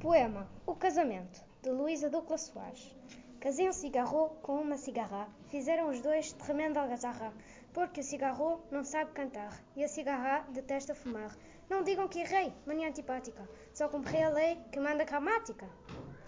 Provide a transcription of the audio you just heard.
Poema O Casamento, de Luísa Ducla Soares. Casei um cigarro com uma cigarra, fizeram os dois tremenda algazarra, porque o cigarro não sabe cantar e a cigarra detesta fumar. Não digam que errei, mania antipática, só cumpri a lei que manda gramática.